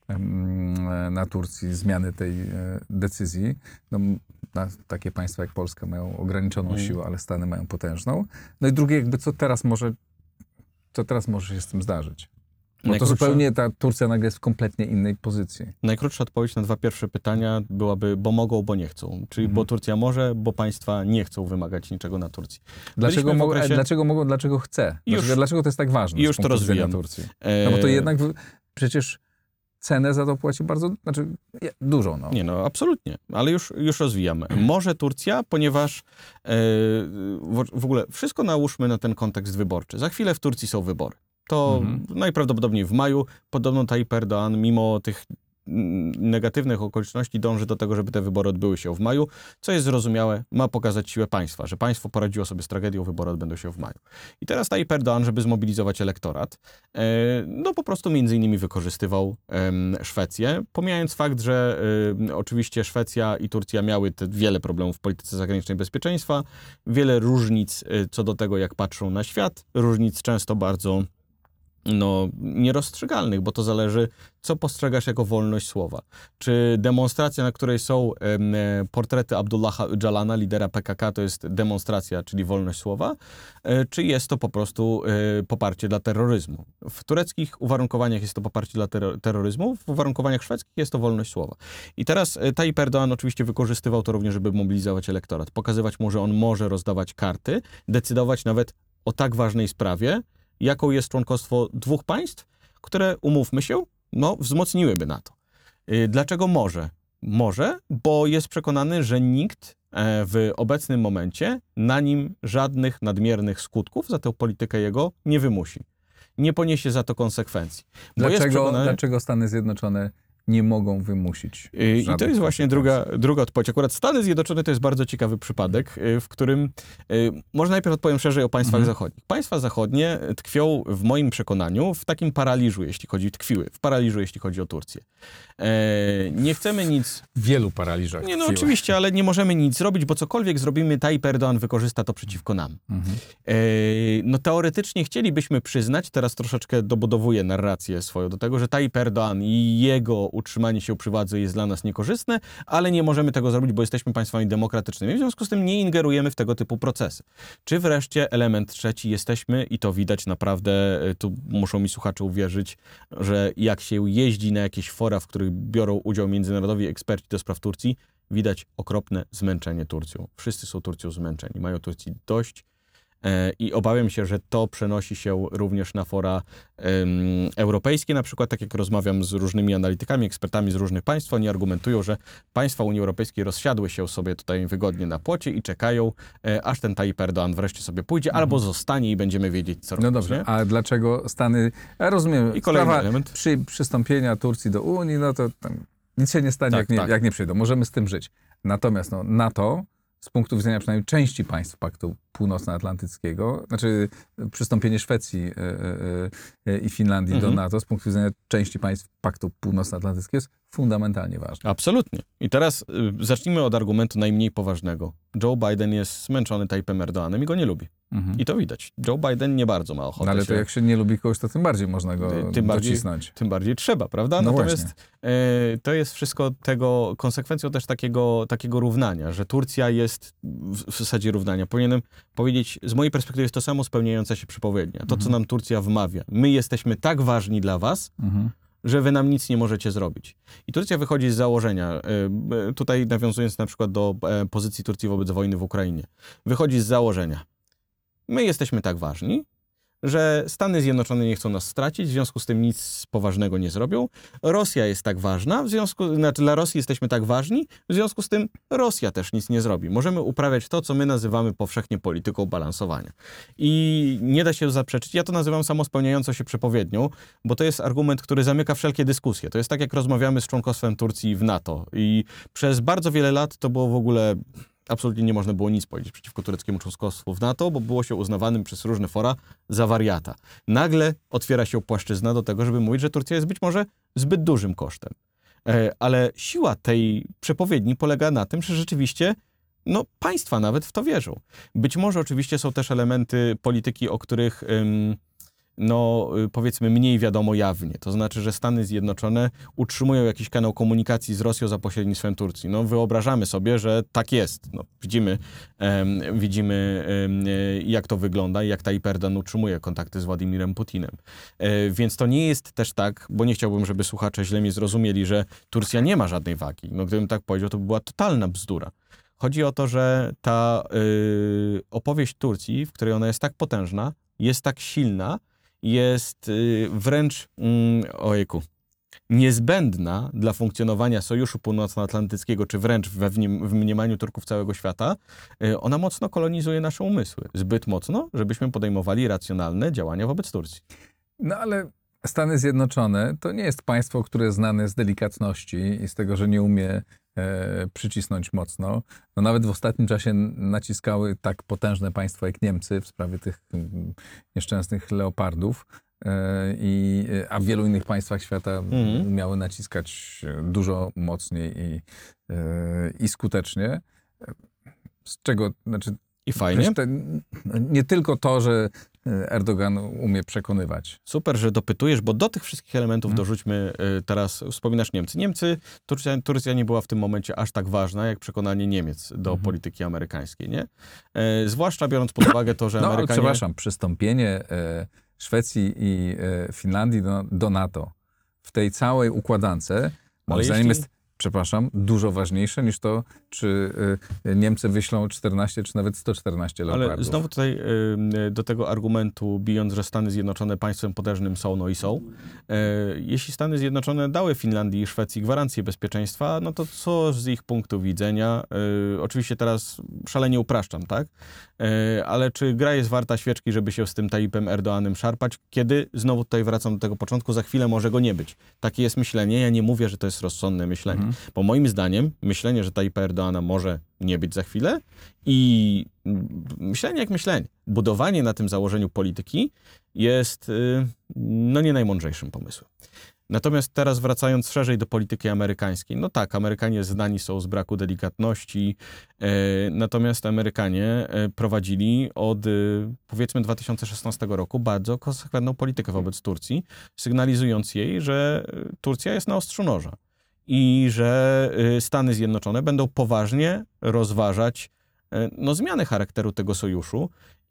na Turcji zmiany tej decyzji. No, takie państwa jak Polska mają ograniczoną mm. siłę, ale Stany mają potężną. No i drugie, jakby co teraz może, co teraz może się z tym zdarzyć? Bo to zupełnie ta Turcja nagle jest w kompletnie innej pozycji. Najkrótsza odpowiedź na dwa pierwsze pytania byłaby, bo mogą, bo nie chcą. Czyli mhm. bo Turcja może, bo państwa nie chcą wymagać niczego na Turcji. Dlaczego, mo okresie... dlaczego mogą, dlaczego chce? Dlaczego, już, dlaczego to jest tak ważne? Już to rozwijam. Turcji? No bo to jednak przecież cenę za to płaci bardzo, znaczy dużo. No. Nie no, absolutnie, ale już, już rozwijamy. Może Turcja, ponieważ e, w, w ogóle wszystko nałóżmy na ten kontekst wyborczy. Za chwilę w Turcji są wybory. To mhm. najprawdopodobniej w maju. Podobno Tayyip Erdoğan, mimo tych negatywnych okoliczności, dąży do tego, żeby te wybory odbyły się w maju, co jest zrozumiałe, ma pokazać siłę państwa, że państwo poradziło sobie z tragedią, wybory odbędą się w maju. I teraz Tayyip Erdoğan, żeby zmobilizować elektorat, e, no po prostu między innymi wykorzystywał e, Szwecję, pomijając fakt, że e, oczywiście Szwecja i Turcja miały te wiele problemów w polityce zagranicznej bezpieczeństwa, wiele różnic e, co do tego, jak patrzą na świat, różnic często bardzo no, nierozstrzygalnych, bo to zależy, co postrzegasz jako wolność słowa. Czy demonstracja, na której są e, portrety Abdullaha Öcalana, lidera P K K, to jest demonstracja, czyli wolność słowa, e, czy jest to po prostu e, poparcie dla terroryzmu. W tureckich uwarunkowaniach jest to poparcie dla terro- terroryzmu, w uwarunkowaniach szwedzkich jest to wolność słowa. I teraz e, Tayyip Erdoğan oczywiście wykorzystywał to również, żeby mobilizować elektorat, pokazywać mu, że on może rozdawać karty, decydować nawet o tak ważnej sprawie, jaką jest członkostwo dwóch państw, które, umówmy się, no, wzmocniłyby NATO. Yy, dlaczego może? Może, bo jest przekonany, że nikt e, w obecnym momencie na nim żadnych nadmiernych skutków za tę politykę jego nie wymusi. Nie poniesie za to konsekwencji. Bo jest Dlaczego, przekonany... dlaczego Stany Zjednoczone nie mogą wymusić? Yy, I to jest właśnie druga, druga odpowiedź. Akurat Stany Zjednoczone to jest bardzo ciekawy przypadek, yy, w którym, yy, może najpierw odpowiem szerzej o państwach Mhm. zachodnich. Państwa zachodnie tkwią w moim przekonaniu w takim paraliżu, jeśli chodzi, tkwiły w paraliżu, jeśli chodzi o Turcję. Yy, nie chcemy nic... W wielu paraliżach. Nie, no tkwiły. oczywiście, ale nie możemy nic zrobić, bo cokolwiek zrobimy, Tayyip Erdoğan wykorzysta to przeciwko nam. Mhm. Yy, no teoretycznie chcielibyśmy przyznać, teraz troszeczkę dobudowuję narrację swoją do tego, że Tayyip Erdoğan i jego utrzymanie się przy władzy jest dla nas niekorzystne, ale nie możemy tego zrobić, bo jesteśmy państwami demokratycznymi. W związku z tym nie ingerujemy w tego typu procesy. Czy wreszcie element trzeci, jesteśmy, i to widać naprawdę, tu muszą mi słuchacze uwierzyć, że jak się jeździ na jakieś fora, w których biorą udział międzynarodowi eksperci do spraw Turcji, widać okropne zmęczenie Turcją. Wszyscy są Turcją zmęczeni, mają Turcji dość. I obawiam się, że to przenosi się również na fora um, europejskie. Na przykład, tak jak rozmawiam z różnymi analitykami, ekspertami z różnych państw, oni argumentują, że państwa Unii Europejskiej rozsiadły się sobie tutaj wygodnie na płocie i czekają, e, aż ten Tayyip Erdoğan wreszcie sobie pójdzie, mhm. albo zostanie i będziemy wiedzieć, co robić. No dobrze, nie? a dlaczego Stany... Ja rozumiem, I kolejny sprawa element. Przy, przystąpienia Turcji do Unii, no to tam nic się nie stanie, Tak, jak, nie, tak. jak nie przyjdą. Możemy z tym żyć. Natomiast no, NATO... z punktu widzenia przynajmniej części państw Paktu Północnoatlantyckiego, znaczy przystąpienie Szwecji e, e, e, i Finlandii Mhm. do NATO z punktu widzenia części państw Paktu Północnoatlantyckiego jest fundamentalnie ważne. Absolutnie. I teraz y, zacznijmy od argumentu najmniej poważnego. Joe Biden jest zmęczony Tayyipem Erdoğanem i go nie lubi. Mhm. I to widać. Joe Biden nie bardzo ma ochotę No ale się... to jak się nie lubi kogoś, to tym bardziej można go Tym bardziej- docisnąć. Tym bardziej trzeba, prawda? No Natomiast e, to jest wszystko tego konsekwencją też takiego, takiego równania, że Turcja jest w, w zasadzie równania. Powinienem powiedzieć, z mojej perspektywy jest to samo spełniająca się przypowiednia. To, co Mhm. nam Turcja wmawia. My jesteśmy tak ważni dla was, Mhm. że wy nam nic nie możecie zrobić. I Turcja wychodzi z założenia, e, e, tutaj nawiązując na przykład do e, pozycji Turcji wobec wojny w Ukrainie, wychodzi z założenia, my jesteśmy tak ważni, że Stany Zjednoczone nie chcą nas stracić, w związku z tym nic poważnego nie zrobią. Rosja jest tak ważna, w związku, znaczy dla Rosji jesteśmy tak ważni, w związku z tym Rosja też nic nie zrobi. Możemy uprawiać to, co my nazywamy powszechnie polityką balansowania. I nie da się zaprzeczyć, ja to nazywam samospełniającą się przepowiednią, bo to jest argument, który zamyka wszelkie dyskusje. To jest tak, jak rozmawiamy z członkostwem Turcji w NATO. I przez bardzo wiele lat to było w ogóle... Absolutnie nie można było nic powiedzieć przeciwko tureckiemu członkostwu w NATO, bo było się uznawanym przez różne fora za wariata. Nagle otwiera się płaszczyzna do tego, żeby mówić, że Turcja jest być może zbyt dużym kosztem. E, ale siła tej przepowiedni polega na tym, że rzeczywiście no, państwa nawet w to wierzą. Być może oczywiście są też elementy polityki, o których... Ym, no powiedzmy mniej wiadomo jawnie. To znaczy, że Stany Zjednoczone utrzymują jakiś kanał komunikacji z Rosją za pośrednictwem Turcji. No wyobrażamy sobie, że tak jest. No, widzimy, em, widzimy em, jak to wygląda i jak Tayyip Erdoğan utrzymuje kontakty z Władimirem Putinem. E, więc to nie jest też tak, bo nie chciałbym, żeby słuchacze źle mnie zrozumieli, że Turcja nie ma żadnej wagi. No gdybym tak powiedział, to by była totalna bzdura. Chodzi o to, że ta y, opowieść Turcji, w której ona jest tak potężna, jest tak silna, jest y, wręcz, mm, ojejku, niezbędna dla funkcjonowania Sojuszu Północnoatlantyckiego, czy wręcz we wnim, w mniemaniu Turków całego świata, y, ona mocno kolonizuje nasze umysły. Zbyt mocno, żebyśmy podejmowali racjonalne działania wobec Turcji. No ale Stany Zjednoczone to nie jest państwo, które znane z delikatności i z tego, że nie umie e, przycisnąć mocno. No nawet w ostatnim czasie naciskały tak potężne państwa jak Niemcy w sprawie tych m, nieszczęsnych leopardów, e, i, a w wielu innych państwach świata Mhm. umiały naciskać dużo mocniej i, e, i skutecznie. Z czego, znaczy I fajnie. Te, nie tylko to, że Erdogan umie przekonywać. Super, że dopytujesz, bo do tych wszystkich elementów hmm. dorzućmy y, teraz, wspominasz Niemcy. Niemcy, Turcja, Turcja nie była w tym momencie aż tak ważna, jak przekonanie Niemiec do hmm. polityki amerykańskiej, nie? E, zwłaszcza biorąc pod uwagę to, że no, Amerykanie... przepraszam, przystąpienie e, Szwecji i e, Finlandii do, do NATO w tej całej układance, moim Ale zdaniem jeśli... jest, przepraszam, dużo ważniejsze niż to, czy y, Niemcy wyślą czternaście, czy nawet sto czternaście leopardów. Ale znowu tutaj y, do tego argumentu, bijąc, że Stany Zjednoczone państwem potężnym są, no i są. Y, jeśli Stany Zjednoczone dały Finlandii i Szwecji gwarancję bezpieczeństwa, no to co z ich punktu widzenia? Y, oczywiście teraz szalenie upraszczam, tak? Y, ale czy gra jest warta świeczki, żeby się z tym Tayyipem Erdoğanem szarpać? Kiedy? Znowu tutaj wracam do tego początku, za chwilę może go nie być. Takie jest myślenie. Ja nie mówię, że to jest rozsądne myślenie. Mhm. Bo moim zdaniem myślenie, że Tayyipa Erdoğana może nie być za chwilę i myślenie jak myślenie, budowanie na tym założeniu polityki jest no nie najmądrzejszym pomysłem. Natomiast teraz wracając szerzej do polityki amerykańskiej, no tak, Amerykanie znani są z braku delikatności, e, natomiast Amerykanie e, prowadzili od e, powiedzmy dwa tysiące szesnastego roku bardzo konsekwentną politykę wobec Turcji, sygnalizując jej, że Turcja jest na ostrzu noża i że e, Stany Zjednoczone będą poważnie rozważać e, no, zmianę charakteru tego sojuszu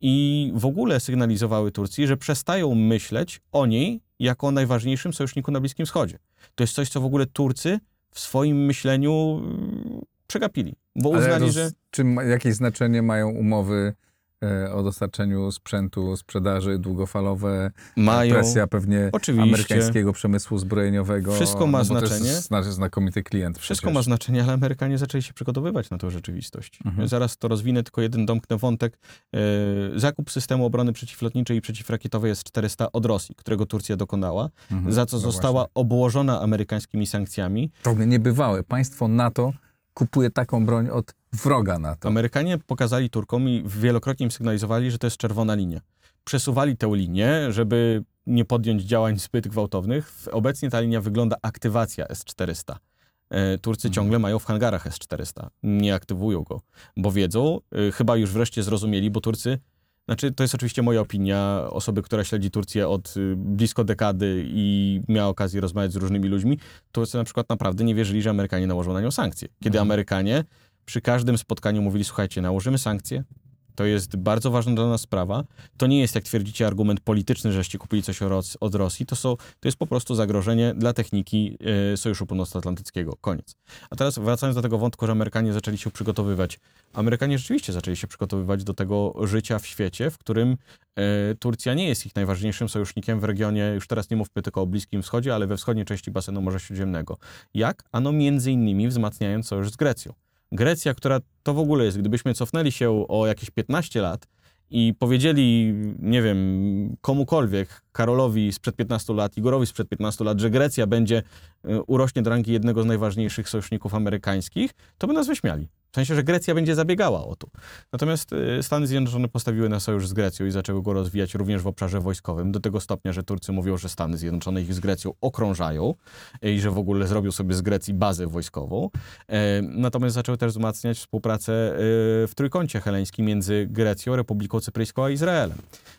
i w ogóle sygnalizowały Turcji, że przestają myśleć o niej jako o najważniejszym sojuszniku na Bliskim Wschodzie. To jest coś, co w ogóle Turcy w swoim myśleniu przegapili, bo uznali, Ale roz, że... Czy ma, jakieś znaczenie mają umowy e, o dostarczeniu sprzętu, sprzedaży długofalowe, mają, presja pewnie oczywiście, amerykańskiego przemysłu zbrojeniowego? Wszystko ma no, znaczenie. To jest znaczy znakomity klient. Wszystko przecież. ma znaczenie, ale Amerykanie zaczęli się przygotowywać na tę rzeczywistość. Mhm. Zaraz to rozwinę, tylko jeden domknę wątek. E, zakup systemu obrony przeciwlotniczej i przeciwrakietowej S czterysta od Rosji, którego Turcja dokonała, mhm. za co no została właśnie. obłożona amerykańskimi sankcjami. W ogóle niebywałe. Państwo NATO kupuje taką broń od wroga NATO. Amerykanie pokazali Turkom i wielokrotnie im sygnalizowali, że to jest czerwona linia. Przesuwali tę linię, żeby nie podjąć działań zbyt gwałtownych. Obecnie ta linia wygląda aktywacja S czterysta. Turcy mhm. ciągle mają w hangarach S czterysta. Nie aktywują go, bo wiedzą, chyba już wreszcie zrozumieli, bo Turcy, znaczy to jest oczywiście moja opinia, osoby, która śledzi Turcję od blisko dekady i miała okazję rozmawiać z różnymi ludźmi, Turcy na przykład naprawdę nie wierzyli, że Amerykanie nałożą na nią sankcje. Kiedy mhm. Amerykanie przy każdym spotkaniu mówili, słuchajcie, nałożymy sankcje, to jest bardzo ważna dla nas sprawa. To nie jest, jak twierdzicie, argument polityczny, żeście kupili coś od Rosji. To, są, to jest po prostu zagrożenie dla techniki y, Sojuszu Północnoatlantyckiego. Koniec. A teraz wracając do tego wątku, że Amerykanie zaczęli się przygotowywać. Amerykanie rzeczywiście zaczęli się przygotowywać do tego życia w świecie, w którym y, Turcja nie jest ich najważniejszym sojusznikiem w regionie, już teraz nie mówmy tylko o Bliskim Wschodzie, ale we wschodniej części basenu Morza Śródziemnego. Jak? Ano między innymi wzmacniając sojusz z Grecją. Grecja, która to w ogóle jest, gdybyśmy cofnęli się o jakieś piętnaście lat i powiedzieli, nie wiem, komukolwiek, Karolowi sprzed piętnastu lat, Igorowi sprzed piętnastu lat, że Grecja będzie, urośnie do rangi jednego z najważniejszych sojuszników amerykańskich, to by nas wyśmiali. W sensie, że Grecja będzie zabiegała o to. Natomiast Stany Zjednoczone postawiły na sojusz z Grecją i zaczęły go rozwijać również w obszarze wojskowym, do tego stopnia, że Turcy mówią, że Stany Zjednoczone ich z Grecją okrążają i że w ogóle zrobią sobie z Grecji bazę wojskową. Natomiast zaczęły też wzmacniać współpracę w trójkącie heleńskim między Grecją, Republiką Cypryjską a Izraelem.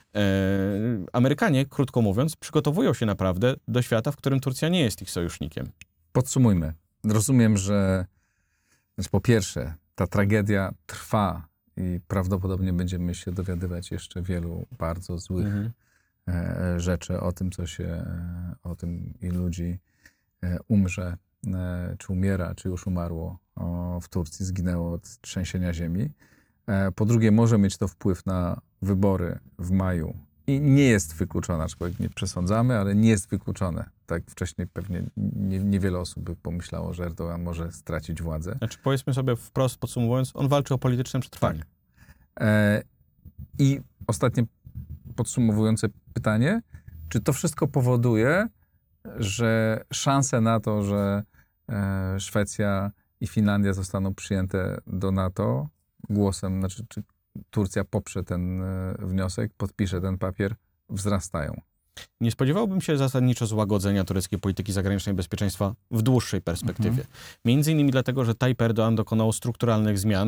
Amerykanie, krótko mówiąc, przygotowują się naprawdę do świata, w którym Turcja nie jest ich sojusznikiem. Podsumujmy. Rozumiem, że znaczy po pierwsze, ta tragedia trwa i prawdopodobnie będziemy się dowiadywać jeszcze wielu bardzo złych mhm. e, rzeczy o tym, co się, e, o tym, ilu ludzi e, umrze, e, czy umiera, czy już umarło o, w Turcji, zginęło od trzęsienia ziemi. E, po drugie, może mieć to wpływ na wybory w maju. I nie jest wykluczone, aczkolwiek nie przesądzamy, ale nie jest wykluczone. Tak wcześniej pewnie nie, niewiele osób by pomyślało, że Erdogan może stracić władzę. Znaczy powiedzmy sobie wprost podsumowując, on walczy o polityczne przetrwanie. Tak. E, I ostatnie podsumowujące pytanie, czy to wszystko powoduje, że szanse na to, że e, Szwecja i Finlandia zostaną przyjęte do NATO głosem, znaczy czy Turcja poprze ten e, wniosek, podpisze ten papier, wzrastają? Nie spodziewałbym się zasadniczo złagodzenia tureckiej polityki zagranicznej i bezpieczeństwa w dłuższej perspektywie. Mhm. Między innymi dlatego, że Tayyip Erdoğan dokonał strukturalnych zmian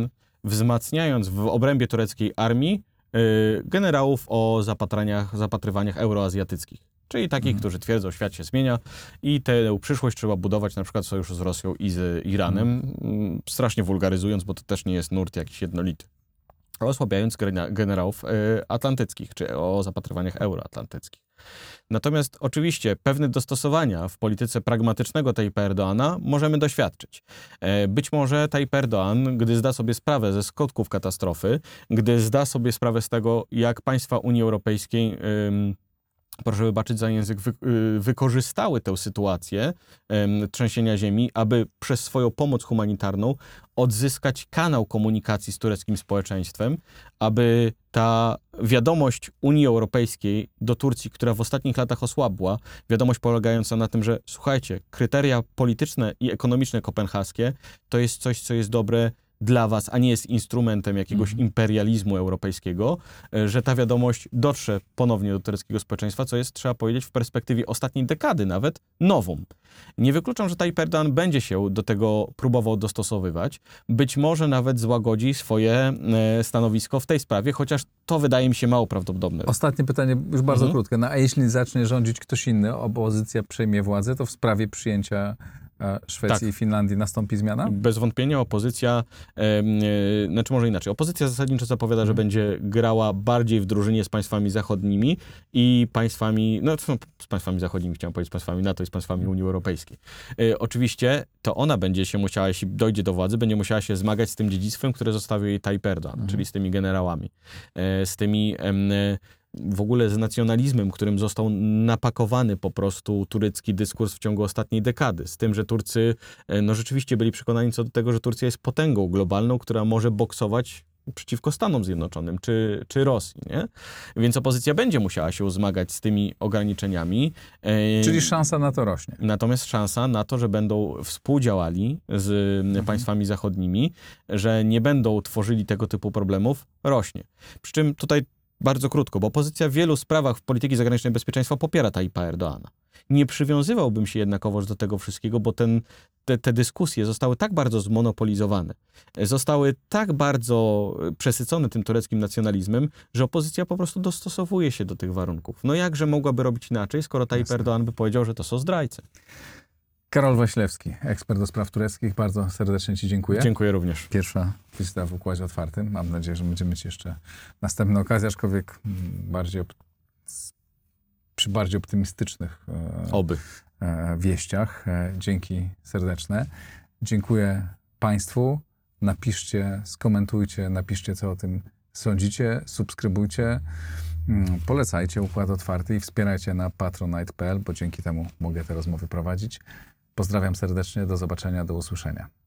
wzmacniając w obrębie tureckiej armii y, generałów o zapatraniach, zapatrywaniach euroazjatyckich. Czyli takich, Mhm. którzy twierdzą, świat się zmienia i tę przyszłość trzeba budować na przykład w sojuszu z Rosją i z Iranem, mm, strasznie wulgaryzując, bo to też nie jest nurt jakiś jednolity. Osłabiając gena- generałów y, atlantyckich, czy o zapatrywaniach euroatlantyckich. Natomiast oczywiście pewne dostosowania w polityce pragmatycznego Tayyipa Erdoğana możemy doświadczyć. E, Być może Tayyip Erdoğan, gdy zda sobie sprawę ze skutków katastrofy, gdy zda sobie sprawę z tego, jak państwa Unii Europejskiej, ym, proszę wybaczyć za język, wy, y, wykorzystały tę sytuację ym, trzęsienia ziemi, aby przez swoją pomoc humanitarną odzyskać kanał komunikacji z tureckim społeczeństwem, aby ta wiadomość Unii Europejskiej do Turcji, która w ostatnich latach osłabła, wiadomość polegająca na tym, że słuchajcie, kryteria polityczne i ekonomiczne kopenhaskie to jest coś, co jest dobre dla was, a nie jest instrumentem jakiegoś Mhm. imperializmu europejskiego, e, że ta wiadomość dotrze ponownie do tureckiego społeczeństwa, co jest, trzeba powiedzieć, w perspektywie ostatniej dekady nawet, nowum. Nie wykluczam, że Tayyip Erdoğan będzie się do tego próbował dostosowywać. Być może nawet złagodzi swoje e, stanowisko w tej sprawie, chociaż to wydaje mi się mało prawdopodobne. Ostatnie pytanie, już bardzo Mhm. krótkie. No, a jeśli zacznie rządzić ktoś inny, opozycja przejmie władzę, to w sprawie przyjęcia e, Szwecji Tak. i Finlandii nastąpi zmiana? Bez wątpienia opozycja, e, e, znaczy może inaczej, opozycja zasadniczo zapowiada, że Mhm. będzie grała bardziej w drużynie z państwami zachodnimi i państwami, no z państwami zachodnimi, chciałem powiedzieć z państwami NATO i z państwami Unii Europejskiej. E, oczywiście to ona będzie się musiała, jeśli dojdzie do władzy, będzie musiała się zmagać z tym dziedzictwem, które zostawił jej Tayyip Erdoğan, Mhm. czyli z tymi generałami, e, z tymi em, e, w ogóle z nacjonalizmem, którym został napakowany po prostu turecki dyskurs w ciągu ostatniej dekady. Z tym, że Turcy e, no rzeczywiście byli przekonani co do tego, że Turcja jest potęgą globalną, która może boksować przeciwko Stanom Zjednoczonym czy, czy Rosji, nie? Więc opozycja będzie musiała się zmagać z tymi ograniczeniami. e, Czyli szansa na to rośnie. Natomiast szansa na to, że będą współdziałali z mhm. państwami zachodnimi, że nie będą tworzyli tego typu problemów, rośnie. Przy czym tutaj bardzo krótko, bo opozycja w wielu sprawach w polityki zagranicznej bezpieczeństwa popiera Tayyipa Erdoğana. Nie przywiązywałbym się jednakowoż do tego wszystkiego, bo ten, te, te dyskusje zostały tak bardzo zmonopolizowane, zostały tak bardzo przesycone tym tureckim nacjonalizmem, że opozycja po prostu dostosowuje się do tych warunków. No jakże mogłaby robić inaczej, skoro Tayyip Jasne. Erdoğan by powiedział, że to są zdrajcy? Karol Waślewski, ekspert do spraw tureckich. Bardzo serdecznie ci dziękuję. Dziękuję również. Pierwsza wizyta w Układzie Otwartym. Mam nadzieję, że będziemy mieć jeszcze następne okazje, aczkolwiek mm, bardziej op- przy bardziej optymistycznych e, Oby. e, wieściach. E, dzięki serdeczne. Dziękuję Państwu. Napiszcie, skomentujcie, napiszcie, co o tym sądzicie. Subskrybujcie, mm, polecajcie Układ Otwarty i wspierajcie na patronite kropka p l, bo dzięki temu mogę te rozmowy prowadzić. Pozdrawiam serdecznie, do zobaczenia, do usłyszenia.